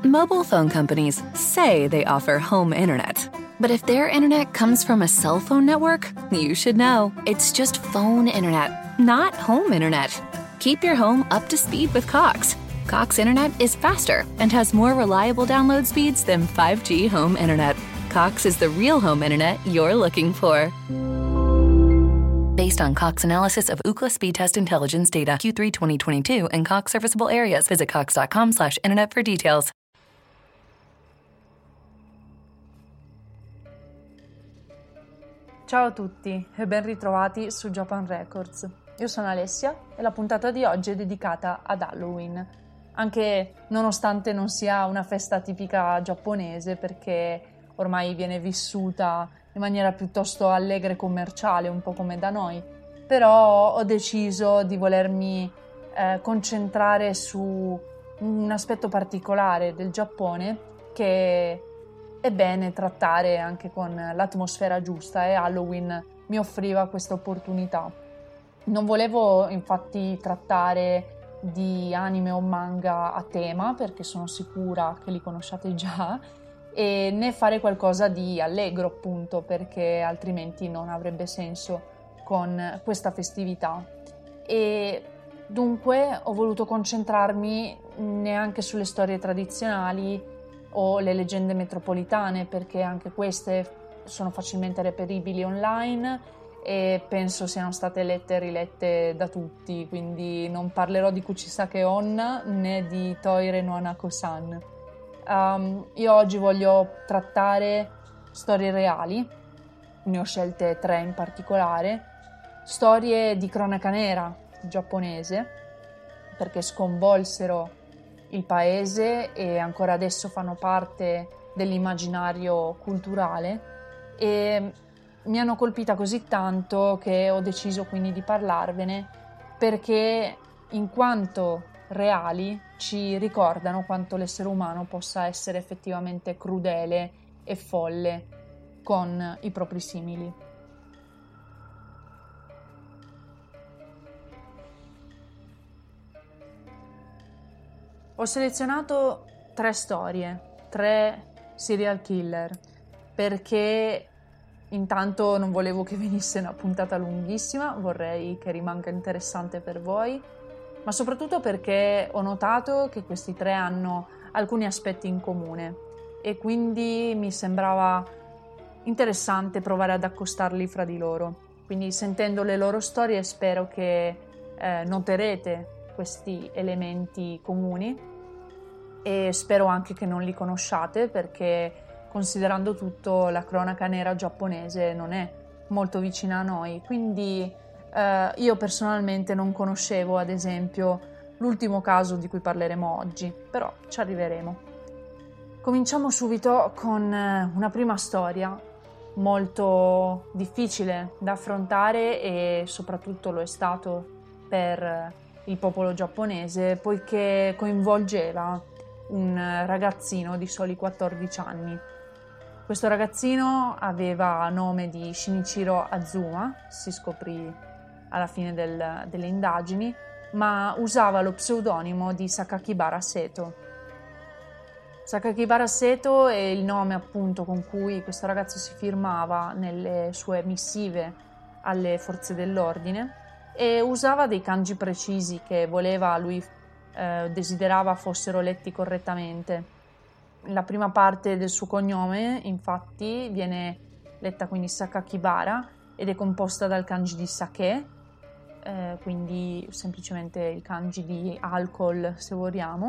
Mobile phone companies say they offer home internet. But if their internet comes from a cell phone network, you should know. It's just phone internet, not home internet. Keep your home up to speed with Cox. Cox internet is faster and has more reliable download speeds than 5G home internet. Cox is the real home internet you're looking for. Based on Cox analysis of Ookla speed test intelligence data Q3 2022 and Cox serviceable areas, visit cox.com/internet for details. Ciao a tutti e ben ritrovati su Japan Records. Io sono Alessia e la puntata di oggi è dedicata ad Halloween, anche nonostante non sia una festa tipica giapponese, perché ormai viene vissuta in maniera piuttosto allegra e commerciale, un po' come da noi. Però ho deciso di volermi concentrare su un aspetto particolare del Giappone che è bene trattare anche con l'atmosfera giusta, e Halloween mi offriva questa opportunità. Non volevo infatti trattare di anime o manga a tema, perché sono sicura che li conosciate già, e né fare qualcosa di allegro, appunto, perché altrimenti non avrebbe senso con questa festività. E dunque ho voluto concentrarmi neanche sulle storie tradizionali o le leggende metropolitane, perché anche queste sono facilmente reperibili online e penso siano state lette e rilette da tutti, quindi non parlerò di Kuchisake Onna né di Toire no Hanako-san. Io oggi voglio trattare storie reali, ne ho scelte 3 in particolare, storie di cronaca nera giapponese, perché sconvolsero il paese e ancora adesso fanno parte dell'immaginario culturale, e mi hanno colpita così tanto che ho deciso quindi di parlarvene, perché in quanto reali ci ricordano quanto l'essere umano possa essere effettivamente crudele e folle con i propri simili. Ho selezionato 3 storie, 3 serial killer, perché intanto non volevo che venisse una puntata lunghissima, vorrei che rimanga interessante per voi, ma soprattutto perché ho notato che questi 3 hanno alcuni aspetti in comune e quindi mi sembrava interessante provare ad accostarli fra di loro. Quindi, sentendo le loro storie, spero che noterete questi elementi comuni, e spero anche che non li conosciate, perché considerando tutto la cronaca nera giapponese non è molto vicina a noi, quindi io personalmente non conoscevo ad esempio l'ultimo caso di cui parleremo oggi, però ci arriveremo. Cominciamo subito con una prima storia molto difficile da affrontare, e soprattutto lo è stato per il popolo giapponese, poiché coinvolgeva un ragazzino di soli 14 anni. Questo ragazzino aveva nome di Shinichiro Azuma, si scoprì alla fine delle indagini, ma usava lo pseudonimo di Sakakibara Seto. Sakakibara Seto è il nome appunto con cui questo ragazzo si firmava nelle sue missive alle forze dell'ordine, e usava dei kanji precisi che desiderava fossero letti correttamente. La prima parte del suo cognome infatti viene letta quindi Sakakibara ed è composta dal kanji di sake, quindi semplicemente il kanji di alcol, se vogliamo,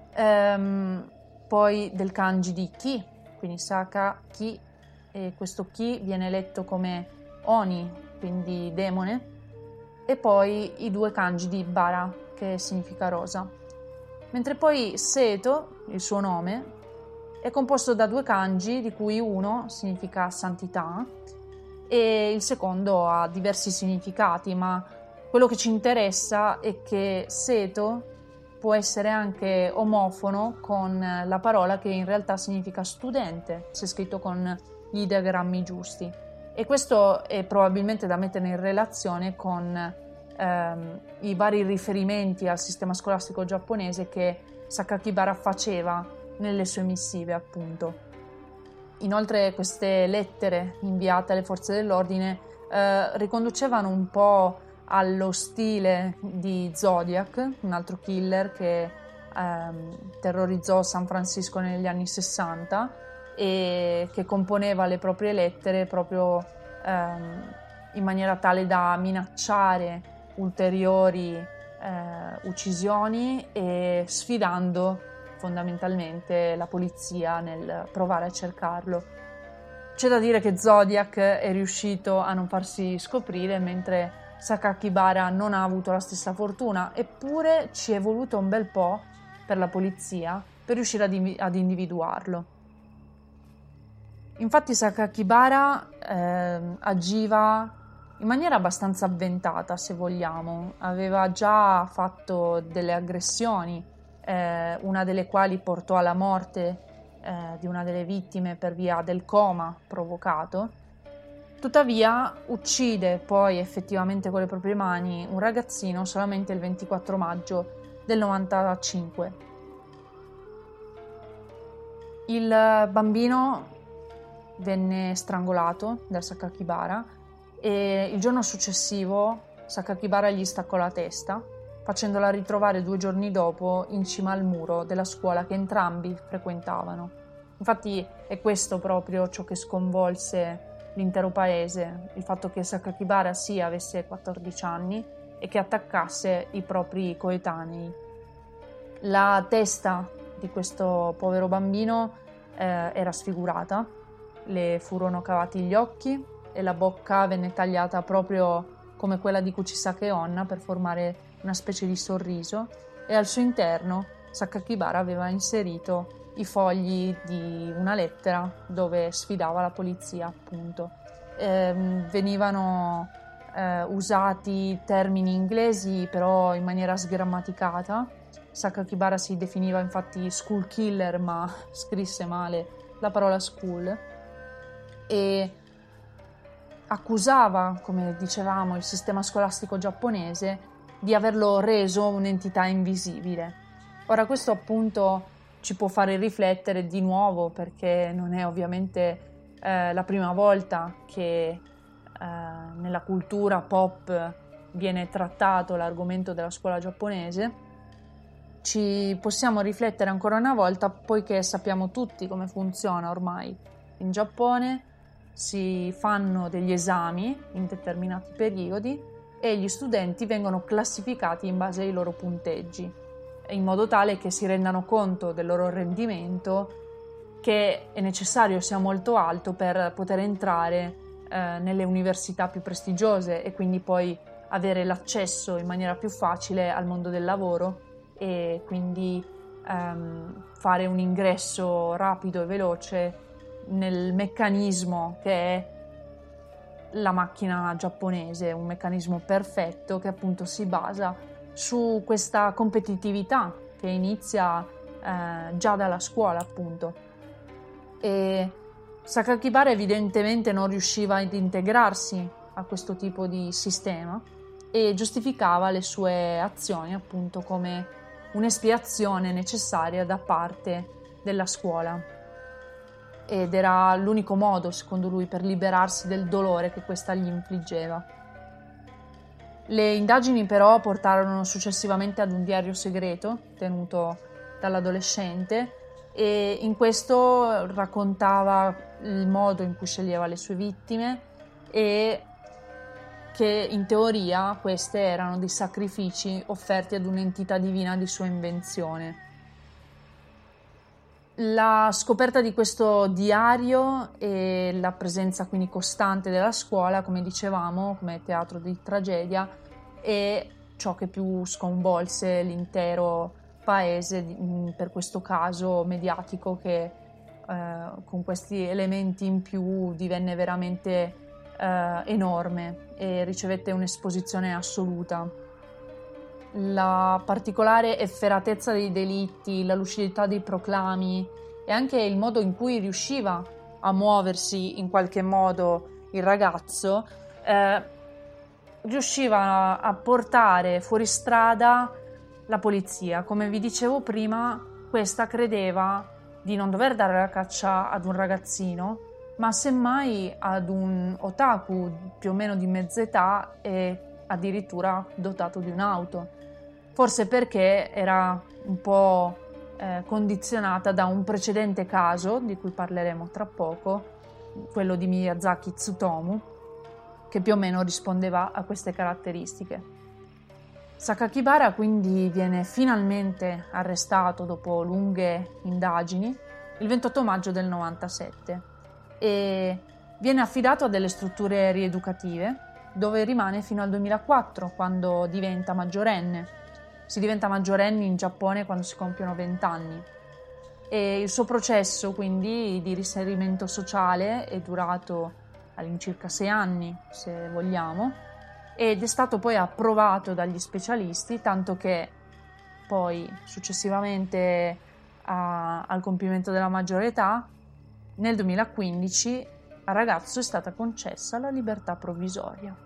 poi del kanji di ki, quindi saka ki, e questo ki viene letto come oni, quindi demone, e poi i 2 kanji di bara, che significa rosa. Mentre poi Seto, il suo nome, è composto da 2 kanji, di cui uno significa santità e il secondo ha diversi significati, ma quello che ci interessa è che Seto può essere anche omofono con la parola che in realtà significa studente, se scritto con gli ideogrammi giusti. E questo è probabilmente da mettere in relazione con i vari riferimenti al sistema scolastico giapponese che Sakakibara faceva nelle sue missive, appunto. Inoltre queste lettere inviate alle forze dell'ordine riconducevano un po' allo stile di Zodiac, un altro killer che terrorizzò San Francisco negli anni 60 e che componeva le proprie lettere proprio in maniera tale da minacciare ulteriori uccisioni e sfidando fondamentalmente la polizia nel provare a cercarlo. C'è da dire che Zodiac è riuscito a non farsi scoprire, mentre Sakakibara non ha avuto la stessa fortuna, eppure ci è voluto un bel po' per la polizia per riuscire ad individuarlo. Infatti Sakakibara agiva in maniera abbastanza avventata, se vogliamo. Aveva già fatto delle aggressioni, una delle quali portò alla morte di una delle vittime per via del coma provocato. Tuttavia uccide poi effettivamente con le proprie mani un ragazzino solamente il 24 maggio del 95. Il bambino venne strangolato da Sakakibara e il giorno successivo Sakakibara gli staccò la testa, facendola ritrovare 2 giorni dopo in cima al muro della scuola che entrambi frequentavano. Infatti è questo proprio ciò che sconvolse l'intero paese, il fatto che Sakakibara avesse 14 anni e che attaccasse i propri coetanei. La testa di questo povero bambino era sfigurata, le furono cavati gli occhi e la bocca venne tagliata proprio come quella di Kuchisake Onna per formare una specie di sorriso, e al suo interno Sakakibara aveva inserito i fogli di una lettera dove sfidava la polizia, appunto. Venivano usati termini inglesi però in maniera sgrammaticata. Sakakibara si definiva infatti school killer, ma scrisse male la parola school, e accusava, come dicevamo, il sistema scolastico giapponese di averlo reso un'entità invisibile. Ora questo appunto ci può fare riflettere di nuovo, perché non è ovviamente la prima volta che nella cultura pop viene trattato l'argomento della scuola giapponese. Ci possiamo riflettere ancora una volta, poiché sappiamo tutti come funziona ormai. In Giappone si fanno degli esami in determinati periodi e gli studenti vengono classificati in base ai loro punteggi, in modo tale che si rendano conto del loro rendimento, che è necessario sia molto alto per poter entrare nelle università più prestigiose e quindi poi avere l'accesso in maniera più facile al mondo del lavoro e quindi fare un ingresso rapido e veloce nel meccanismo che è la macchina giapponese, un meccanismo perfetto che appunto si basa su questa competitività che inizia già dalla scuola, appunto. E Sakakibara evidentemente non riusciva ad integrarsi a questo tipo di sistema e giustificava le sue azioni appunto come un'espiazione necessaria da parte della scuola, ed era l'unico modo, secondo lui, per liberarsi del dolore che questa gli infliggeva. Le indagini però portarono successivamente ad un diario segreto tenuto dall'adolescente, e in questo raccontava il modo in cui sceglieva le sue vittime e che in teoria queste erano dei sacrifici offerti ad un'entità divina di sua invenzione. La scoperta di questo diario e la presenza quindi costante della scuola, come dicevamo, come teatro di tragedia, è ciò che più sconvolse l'intero paese per questo caso mediatico che con questi elementi in più divenne veramente enorme e ricevette un'esposizione assoluta. La particolare efferatezza dei delitti, la lucidità dei proclami e anche il modo in cui riusciva a muoversi in qualche modo il ragazzo riusciva a portare fuori strada la polizia. Come vi dicevo prima, questa credeva di non dover dare la caccia ad un ragazzino, ma semmai ad un otaku più o meno di mezza età e addirittura dotato di un'auto. Forse perché era un po' condizionata da un precedente caso, di cui parleremo tra poco, quello di Miyazaki Tsutomu, che più o meno rispondeva a queste caratteristiche. Sakakibara quindi viene finalmente arrestato dopo lunghe indagini il 28 maggio del 97 e viene affidato a delle strutture rieducative dove rimane fino al 2004, quando diventa maggiorenne. Si diventa maggiorenni in Giappone quando si compiono 20 anni e il suo processo quindi di reinserimento sociale è durato all'incirca 6 anni, se vogliamo, ed è stato poi approvato dagli specialisti, tanto che poi successivamente al compimento della maggiore età, nel 2015 al ragazzo è stata concessa la libertà provvisoria.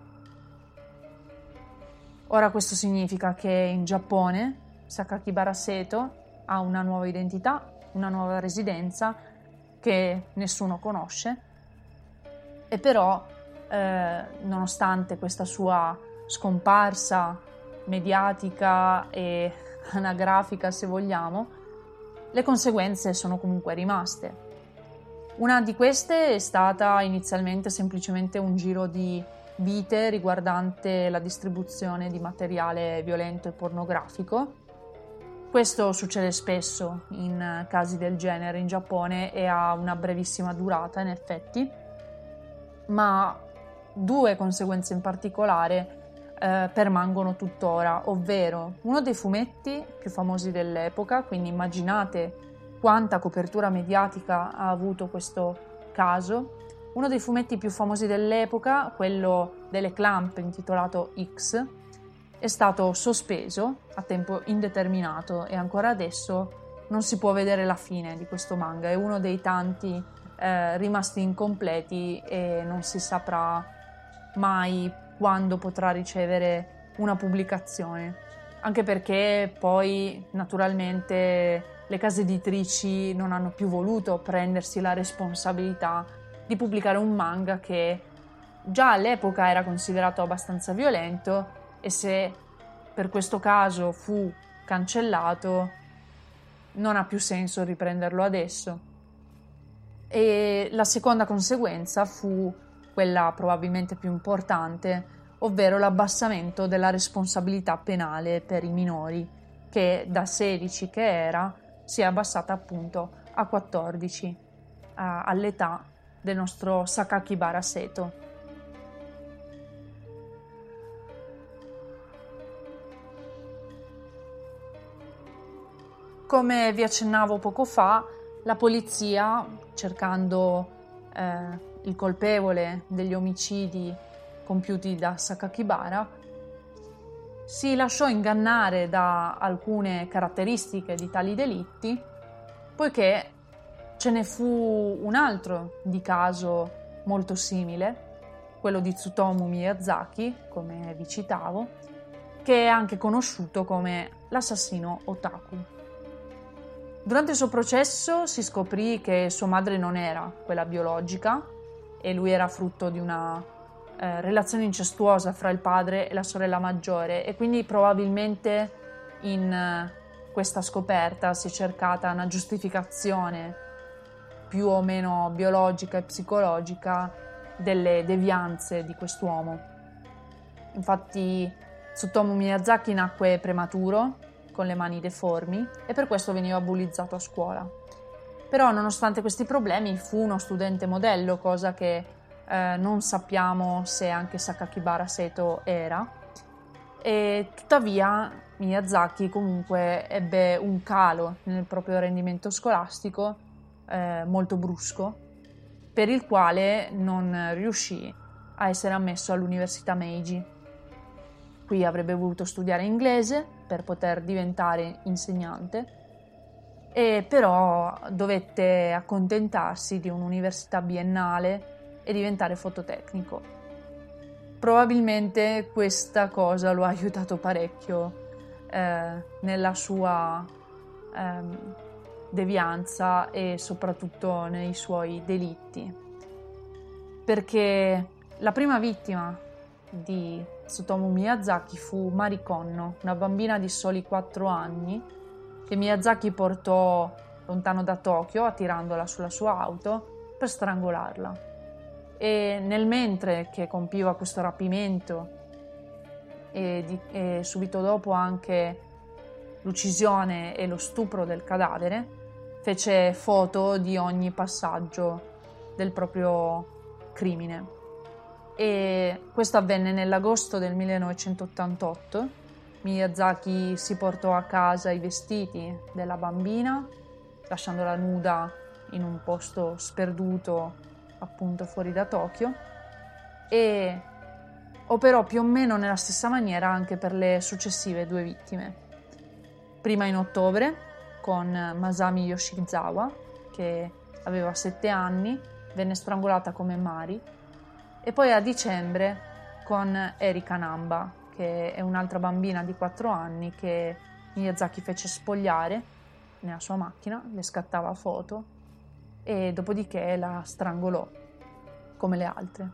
Ora questo significa che in Giappone Sakakibara Seto ha una nuova identità, una nuova residenza che nessuno conosce, e però nonostante questa sua scomparsa mediatica e anagrafica, se vogliamo, le conseguenze sono comunque rimaste. Una di queste è stata inizialmente semplicemente un giro di vite riguardante la distribuzione di materiale violento e pornografico. Questo succede spesso in casi del genere in Giappone e ha una brevissima durata, in effetti, ma due conseguenze in particolare permangono tuttora, ovvero uno dei fumetti più famosi dell'epoca, quindi immaginate quanta copertura mediatica ha avuto questo caso. Uno dei fumetti più famosi dell'epoca, quello delle Clamp intitolato X, è stato sospeso a tempo indeterminato e ancora adesso non si può vedere la fine di questo manga. È uno dei tanti rimasti incompleti e non si saprà mai quando potrà ricevere una pubblicazione, anche perché poi naturalmente le case editrici non hanno più voluto prendersi la responsabilità di pubblicare un manga che già all'epoca era considerato abbastanza violento, e se per questo caso fu cancellato non ha più senso riprenderlo adesso. E la seconda conseguenza fu quella probabilmente più importante, ovvero l'abbassamento della responsabilità penale per i minori, che da 16 che era si è abbassata appunto a 14 all'età del nostro Sakakibara Seto. Come vi accennavo poco fa, la polizia, cercando il colpevole degli omicidi compiuti da Sakakibara, si lasciò ingannare da alcune caratteristiche di tali delitti, poiché ce ne fu un altro di caso molto simile, quello di Tsutomu Miyazaki, come vi citavo, che è anche conosciuto come l'assassino otaku. Durante il suo processo si scoprì che sua madre non era quella biologica e lui era frutto di una relazione incestuosa fra il padre e la sorella maggiore, e quindi probabilmente in questa scoperta si è cercata una giustificazione più o meno biologica e psicologica delle devianze di quest'uomo. Infatti Tsutomu Miyazaki nacque prematuro, con le mani deformi, e per questo veniva bullizzato a scuola. Però nonostante questi problemi fu uno studente modello, cosa che non sappiamo se anche Sakakibara Seto era, e tuttavia Miyazaki comunque ebbe un calo nel proprio rendimento scolastico molto brusco, per il quale non riuscì a essere ammesso all'Università Meiji. Qui avrebbe voluto studiare inglese per poter diventare insegnante, e però dovette accontentarsi di un'università biennale e diventare fototecnico. Probabilmente questa cosa lo ha aiutato parecchio nella sua devianza e soprattutto nei suoi delitti. Perché la prima vittima di Tsutomu Miyazaki fu Mari Konno, una bambina di soli 4 anni che Miyazaki portò lontano da Tokyo attirandola sulla sua auto per strangolarla. E nel mentre che compiva questo rapimento e subito dopo anche l'uccisione e lo stupro del cadavere, fece foto di ogni passaggio del proprio crimine. E questo avvenne nell'agosto del 1988. Miyazaki si portò a casa i vestiti della bambina, lasciandola nuda in un posto sperduto appunto fuori da Tokyo, e operò più o meno nella stessa maniera anche per le successive 2 vittime. Prima in ottobre con Masami Yoshizawa, che aveva 7 anni, venne strangolata come Mari, e poi a dicembre con Erika Namba, che è un'altra bambina di 4 anni che Miyazaki fece spogliare nella sua macchina, le scattava foto e dopodiché la strangolò come le altre.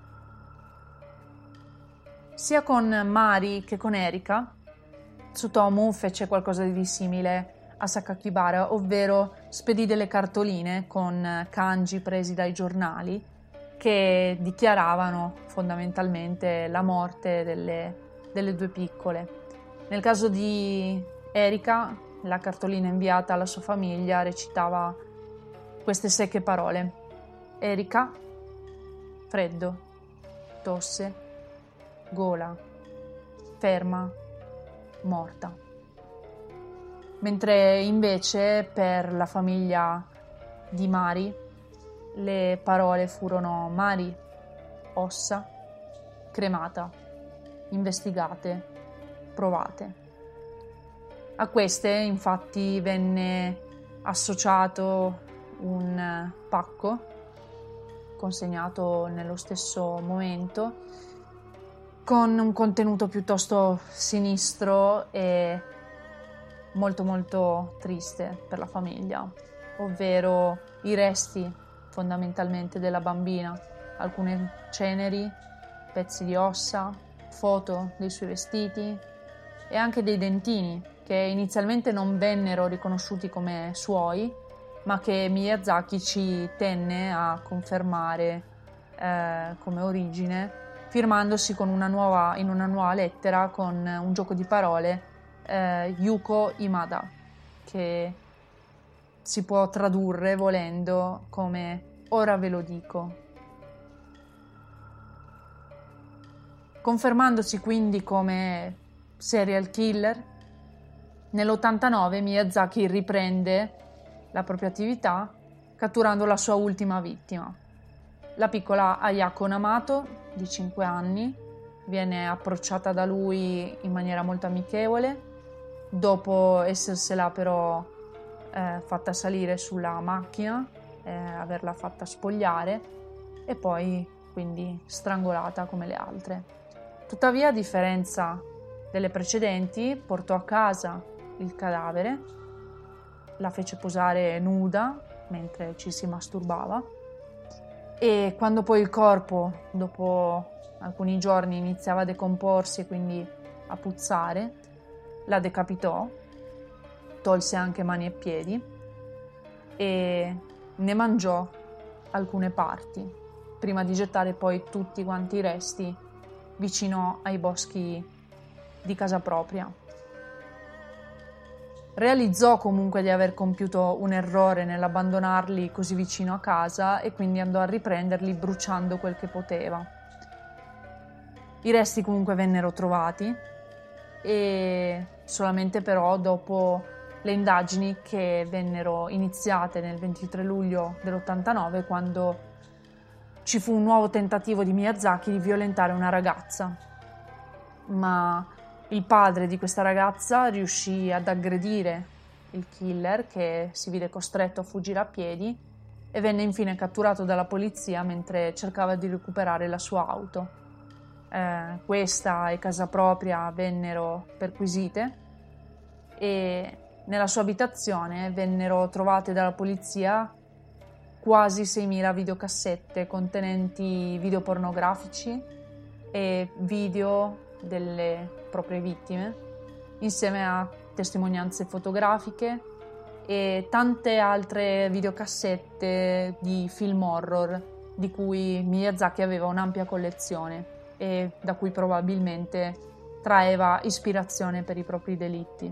Sia con Mari che con Erika, Tsutomu fece qualcosa di simile a Sakakibara, ovvero spedì delle cartoline con kanji presi dai giornali che dichiaravano fondamentalmente la morte delle 2 piccole. Nel caso di Erika, la cartolina inviata alla sua famiglia recitava queste secche parole: Erika, freddo, tosse, gola, ferma, morta. Mentre invece per la famiglia di Mari le parole furono Mari, ossa, cremata, investigate, provate. A queste infatti venne associato un pacco consegnato nello stesso momento con un contenuto piuttosto sinistro e molto molto triste per la famiglia, ovvero i resti fondamentalmente della bambina, alcune ceneri, pezzi di ossa, foto dei suoi vestiti e anche dei dentini che inizialmente non vennero riconosciuti come suoi, ma che Miyazaki ci tenne a confermare come origine, firmandosi in una nuova lettera con un gioco di parole, Yuko Imada, che si può tradurre volendo come ora ve lo dico. Confermandosi quindi come serial killer, nell'89 Miyazaki riprende la propria attività catturando la sua ultima vittima. La piccola Ayako Namato, di 5 anni, viene approcciata da lui in maniera molto amichevole, dopo essersela però fatta salire sulla macchina, averla fatta spogliare e poi quindi strangolata come le altre. Tuttavia, a differenza delle precedenti, portò a casa il cadavere, la fece posare nuda mentre ci si masturbava e quando poi il corpo, dopo alcuni giorni, iniziava a decomporsi e quindi a puzzare, la decapitò, tolse anche mani e piedi e ne mangiò alcune parti, prima di gettare poi tutti quanti i resti vicino ai boschi di casa propria. Realizzò comunque di aver compiuto un errore nell'abbandonarli così vicino a casa e quindi andò a riprenderli bruciando quel che poteva. I resti comunque vennero trovati e solamente però dopo le indagini che vennero iniziate nel 23 luglio dell'89, quando ci fu un nuovo tentativo di Miyazaki di violentare una ragazza. Ma il padre di questa ragazza riuscì ad aggredire il killer, che si vide costretto a fuggire a piedi e venne infine catturato dalla polizia mentre cercava di recuperare la sua auto. Questa e casa propria vennero perquisite e nella sua abitazione vennero trovate dalla polizia quasi 6.000 videocassette contenenti video pornografici e video delle proprie vittime, insieme a testimonianze fotografiche e tante altre videocassette di film horror di cui Miyazaki aveva un'ampia collezione e da cui probabilmente traeva ispirazione per i propri delitti.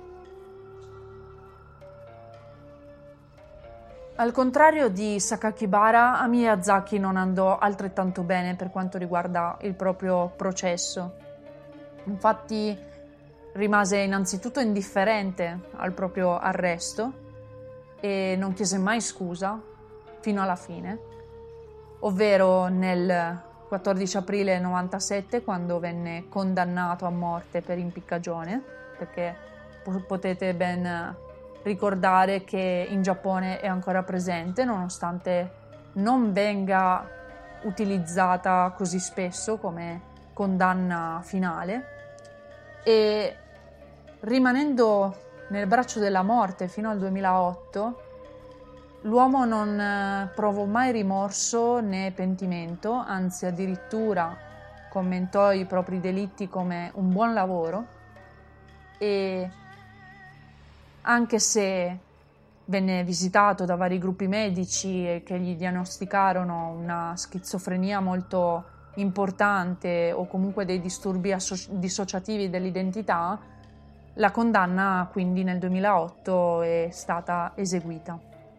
Al contrario di Sakakibara, a Miyazaki non andò altrettanto bene per quanto riguarda il proprio processo. Infatti rimase innanzitutto indifferente al proprio arresto e non chiese mai scusa fino alla fine, ovvero nel 14 aprile 97, quando venne condannato a morte per impiccagione, perché potete ben ricordare che in Giappone è ancora presente, nonostante non venga utilizzata così spesso come condanna finale, e rimanendo nel braccio della morte fino al 2008, l'uomo non provò mai rimorso né pentimento, anzi addirittura commentò i propri delitti come un buon lavoro, e anche se venne visitato da vari gruppi medici che gli diagnosticarono una schizofrenia molto importante o comunque dei disturbi dissociativi dell'identità, la condanna quindi nel 2008 è stata eseguita.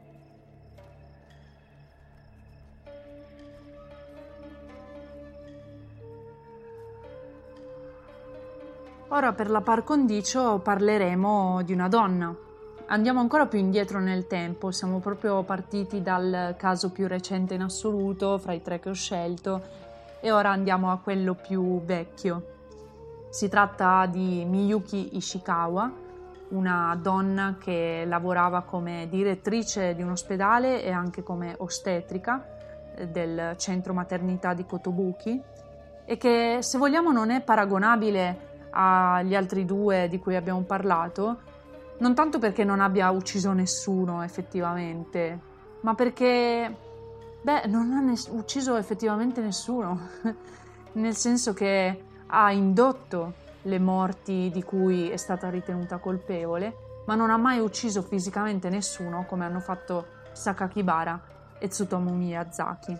Ora per la par condicio parleremo di una donna. Andiamo ancora più indietro nel tempo, siamo proprio partiti dal caso più recente in assoluto fra i tre che ho scelto e ora andiamo a quello più vecchio. Si tratta di Miyuki Ishikawa, una donna che lavorava come direttrice di un ospedale e anche come ostetrica del centro maternità di Kotobuki, e che, se vogliamo, non è paragonabile agli altri due di cui abbiamo parlato, non tanto perché non abbia ucciso nessuno effettivamente, ma perché non ha ucciso effettivamente nessuno, nel senso che ha indotto le morti di cui è stata ritenuta colpevole, ma non ha mai ucciso fisicamente nessuno come hanno fatto Sakakibara e Tsutomu Miyazaki.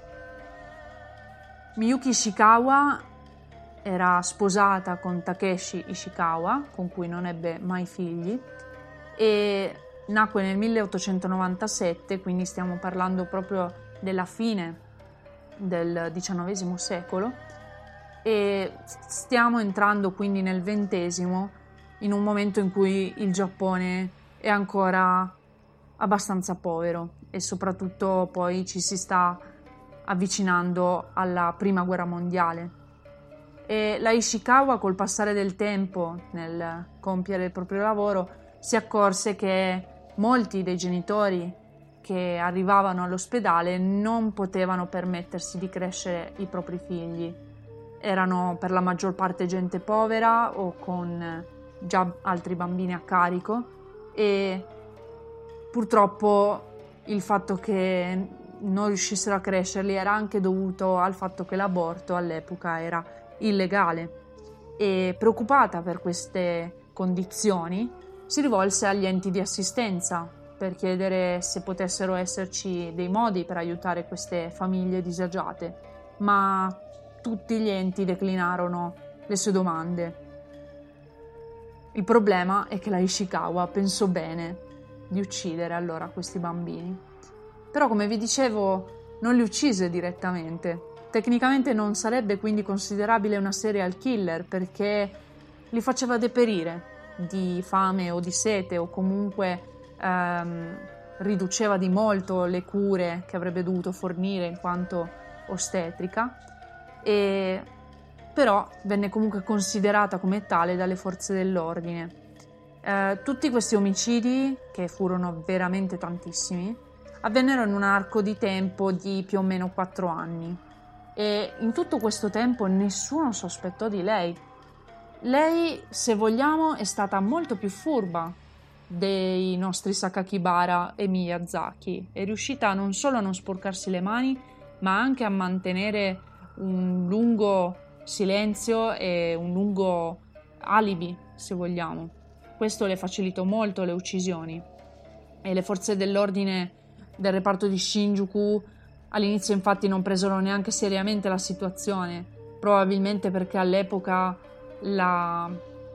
Miyuki Ishikawa era sposata con Takeshi Ishikawa, con cui non ebbe mai figli, e nacque nel 1897, quindi stiamo parlando proprio della fine del XIX secolo, e stiamo entrando quindi nel XX, in un momento in cui il Giappone è ancora abbastanza povero e soprattutto poi ci si sta avvicinando alla Prima Guerra Mondiale. E la Ishikawa, col passare del tempo, nel compiere il proprio lavoro, si accorse che molti dei genitori che arrivavano all'ospedale non potevano permettersi di crescere i propri figli. Erano per la maggior parte gente povera o con già altri bambini a carico, e purtroppo il fatto che non riuscissero a crescerli era anche dovuto al fatto che l'aborto all'epoca era illegale. E preoccupata per queste condizioni si rivolse agli enti di assistenza per chiedere se potessero esserci dei modi per aiutare queste famiglie disagiate, ma tutti gli enti declinarono le sue domande. Il problema è che la Ishikawa pensò bene di uccidere allora questi bambini, però, come vi dicevo, non li uccise direttamente. Tecnicamente non sarebbe quindi considerabile una serial killer, perché li faceva deperire di fame o di sete, o comunque riduceva di molto le cure che avrebbe dovuto fornire in quanto ostetrica, e però venne comunque considerata come tale dalle forze dell'ordine. Tutti questi omicidi, che furono veramente tantissimi, avvennero in un arco di tempo di più o meno 4 anni, e in tutto questo tempo nessuno sospettò di lei. Lei, se vogliamo, è stata molto più furba dei nostri Sakakibara e Miyazaki. È riuscita non solo a non sporcarsi le mani, ma anche a mantenere un lungo silenzio e un lungo alibi, se vogliamo. Questo le facilitò molto le uccisioni e le forze dell'ordine del reparto di Shinjuku all'inizio infatti non presero neanche seriamente la situazione, probabilmente perché all'epoca la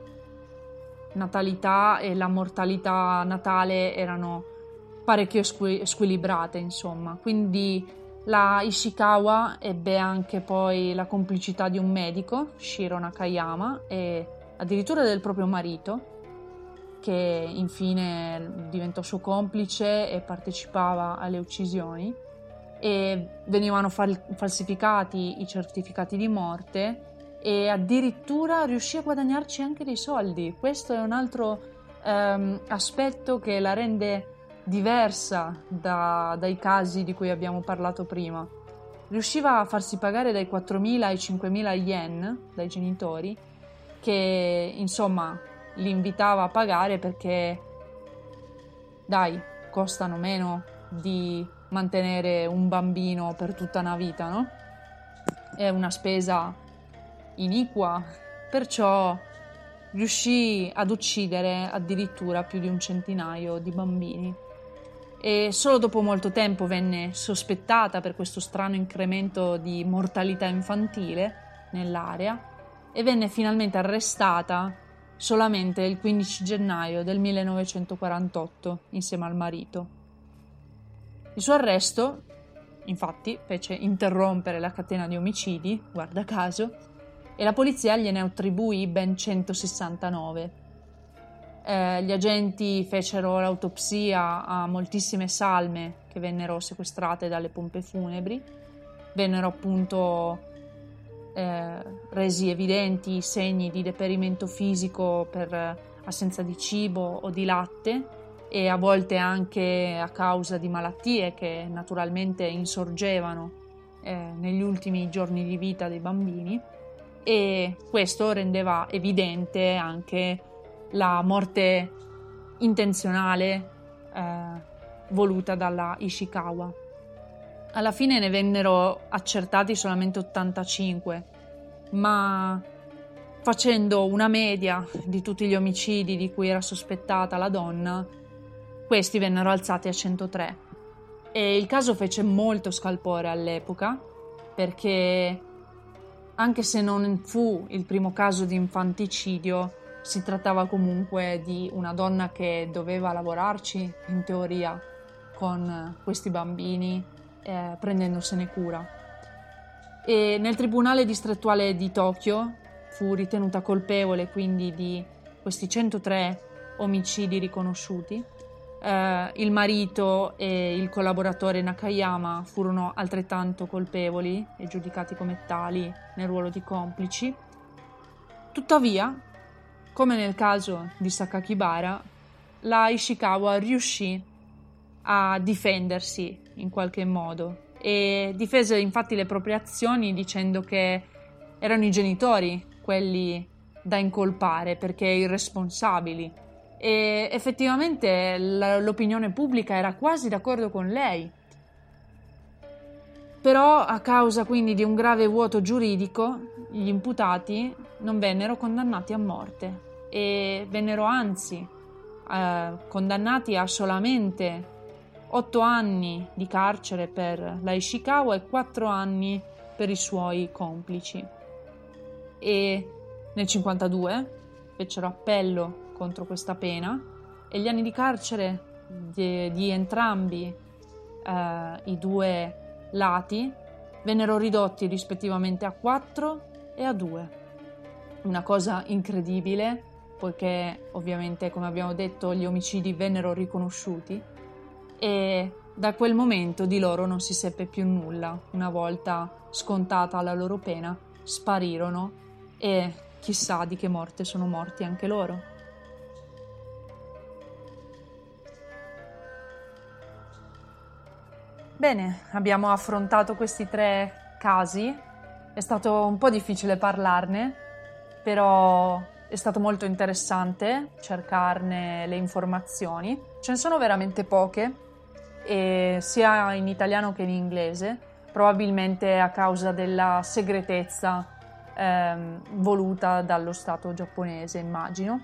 natalità e la mortalità natale erano parecchio squilibrate, insomma. Quindi la Ishikawa ebbe anche poi la complicità di un medico, Shiro Nakayama, e addirittura del proprio marito, che infine diventò suo complice e partecipava alle uccisioni, e venivano falsificati i certificati di morte e addirittura riuscì a guadagnarci anche dei soldi. Questo è un altro aspetto che la rende diversa dai casi di cui abbiamo parlato prima. Riusciva a farsi pagare dai 4.000 ai 5.000 yen dai genitori, che insomma li invitava a pagare perché dai, costano meno di mantenere un bambino per tutta una vita, no? È una spesa iniqua, perciò riuscì ad uccidere addirittura più di un centinaio di bambini. E solo dopo molto tempo venne sospettata per questo strano incremento di mortalità infantile nell'area e venne finalmente arrestata solamente il 15 gennaio del 1948 insieme al marito. Il suo arresto, infatti, fece interrompere la catena di omicidi, guarda caso, e la polizia gliene attribuì ben 169. Gli agenti fecero l'autopsia a moltissime salme che vennero sequestrate dalle pompe funebri, vennero appunto resi evidenti i segni di deperimento fisico per assenza di cibo o di latte e a volte anche a causa di malattie che naturalmente insorgevano negli ultimi giorni di vita dei bambini, e questo rendeva evidente anche la morte intenzionale voluta dalla Ishikawa. Alla fine ne vennero accertati solamente 85, ma facendo una media di tutti gli omicidi di cui era sospettata la donna, questi vennero alzati a 103. E il caso fece molto scalpore all'epoca, perché anche se non fu il primo caso di infanticidio, si trattava comunque di una donna che doveva lavorarci, in teoria, con questi bambini, prendendosene cura. E nel tribunale distrettuale di Tokyo fu ritenuta colpevole quindi di questi 103 omicidi riconosciuti. Il marito e il collaboratore Nakayama furono altrettanto colpevoli e giudicati come tali nel ruolo di complici. Tuttavia, come nel caso di Sakakibara, la Ishikawa riuscì a difendersi in qualche modo e difese infatti le proprie azioni dicendo che erano i genitori quelli da incolpare perché irresponsabili, e effettivamente l'opinione pubblica era quasi d'accordo con lei. Però a causa quindi di un grave vuoto giuridico gli imputati non vennero condannati a morte e vennero anzi condannati a solamente 8 anni di carcere per la Ishikawa e 4 anni per i suoi complici. E nel 1952 fecero appello contro questa pena e gli anni di carcere di entrambi i due lati vennero ridotti rispettivamente a 4 e a 2. Una cosa incredibile, poiché ovviamente, come abbiamo detto, gli omicidi vennero riconosciuti e da quel momento di loro non si seppe più nulla. Una volta scontata la loro pena, sparirono e chissà di che morte sono morti anche loro. Bene, abbiamo affrontato questi 3 casi. È stato un po' difficile parlarne, però è stato molto interessante cercarne le informazioni. Ce ne sono veramente poche, sia in italiano che in inglese, probabilmente a causa della segretezza voluta dallo Stato giapponese, immagino.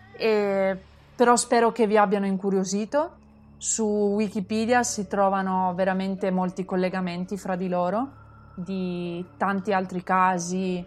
Però spero che vi abbiano incuriosito. Su Wikipedia si trovano veramente molti collegamenti fra di loro, di tanti altri casi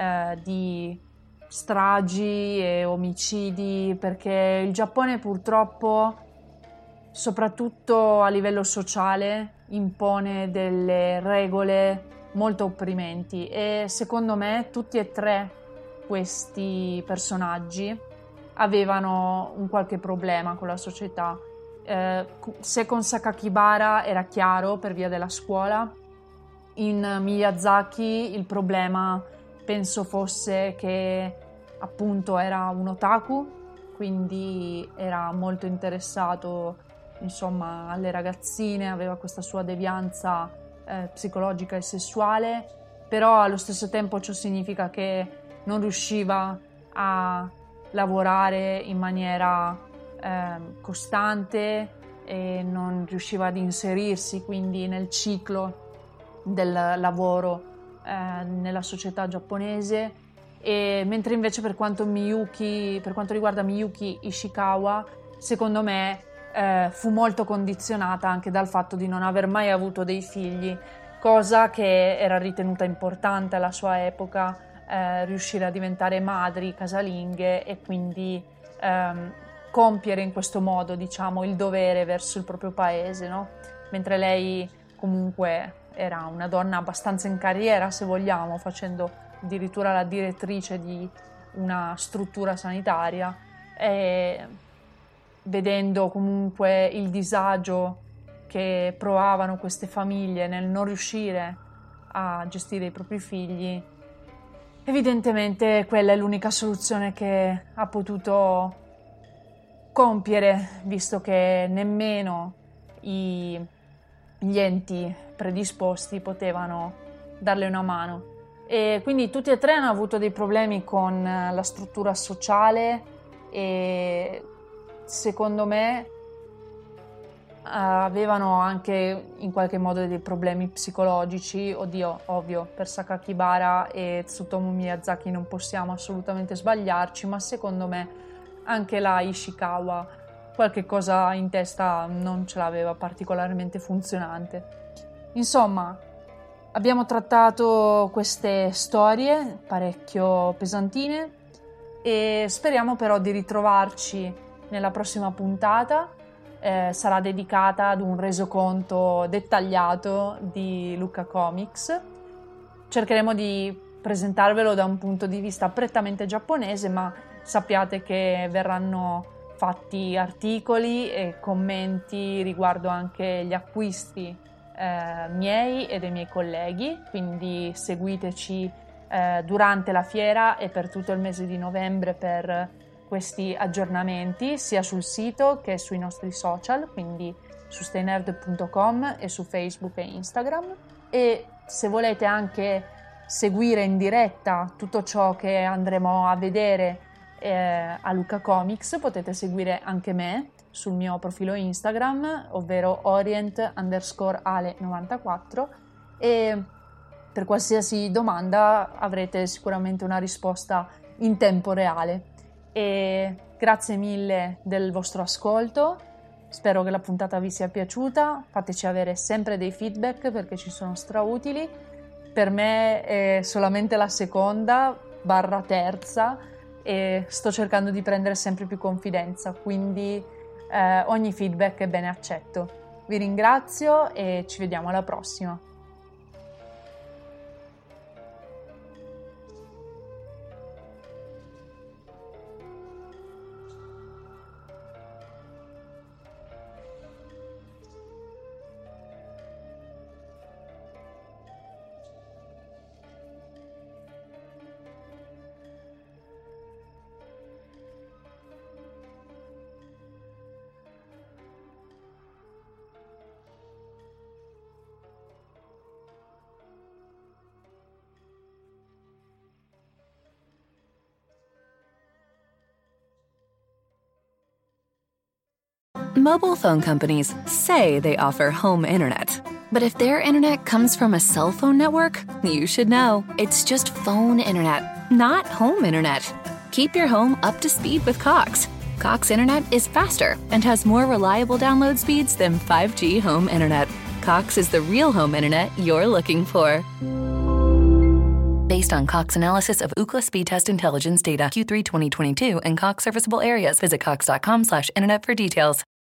di stragi e omicidi, perché il Giappone purtroppo, soprattutto a livello sociale, impone delle regole molto opprimenti e secondo me tutti e tre questi personaggi avevano un qualche problema con la società. Se con Sakakibara era chiaro per via della scuola, in Miyazaki il problema penso fosse che appunto era un otaku, quindi era molto interessato insomma alle ragazzine, aveva questa sua devianza psicologica e sessuale, però allo stesso tempo ciò significa che non riusciva a lavorare in maniera costante e non riusciva ad inserirsi quindi nel ciclo del lavoro nella società giapponese, e mentre invece per quanto riguarda Miyuki Ishikawa, secondo me fu molto condizionata anche dal fatto di non aver mai avuto dei figli, cosa che era ritenuta importante alla sua epoca, riuscire a diventare madri casalinghe e quindi compiere in questo modo, diciamo, il dovere verso il proprio paese, no? Mentre lei comunque era una donna abbastanza in carriera, se vogliamo, facendo addirittura la direttrice di una struttura sanitaria, e vedendo comunque il disagio che provavano queste famiglie nel non riuscire a gestire i propri figli, evidentemente quella è l'unica soluzione che ha potuto compiere, visto che nemmeno gli enti predisposti potevano darle una mano. E quindi tutti e tre hanno avuto dei problemi con la struttura sociale e secondo me avevano anche in qualche modo dei problemi psicologici. Oddio, ovvio, per Sakakibara e Tsutomu Miyazaki non possiamo assolutamente sbagliarci, ma secondo me anche la Ishikawa qualche cosa in testa non ce l'aveva particolarmente funzionante. Insomma, abbiamo trattato queste storie parecchio pesantine e speriamo però di ritrovarci nella prossima puntata. Sarà dedicata ad un resoconto dettagliato di Lucca Comics. Cercheremo di presentarvelo da un punto di vista prettamente giapponese, ma sappiate che verranno fatti articoli e commenti riguardo anche gli acquisti miei e dei miei colleghi, quindi seguiteci durante la fiera e per tutto il mese di novembre per questi aggiornamenti sia sul sito che sui nostri social, quindi su staynerd.com e su Facebook e Instagram. E se volete anche seguire in diretta tutto ciò che andremo a vedere a Lucca Comics, potete seguire anche me sul mio profilo Instagram, ovvero orient_ale94, e per qualsiasi domanda avrete sicuramente una risposta in tempo reale. E grazie mille del vostro ascolto, spero che la puntata vi sia piaciuta, fateci avere sempre dei feedback perché ci sono strautili. Per me è solamente la seconda / terza e sto cercando di prendere sempre più confidenza, quindi ogni feedback è bene accetto. Vi ringrazio e ci vediamo alla prossima. Mobile phone companies say they offer home internet. But if their internet comes from a cell phone network, you should know. It's just phone internet, not home internet. Keep your home up to speed with Cox. Cox internet is faster and has more reliable download speeds than 5G home internet. Cox is the real home internet you're looking for. Based on Cox analysis of Ookla speed test intelligence data Q3 2022 and Cox serviceable areas, visit cox.com/internet for details.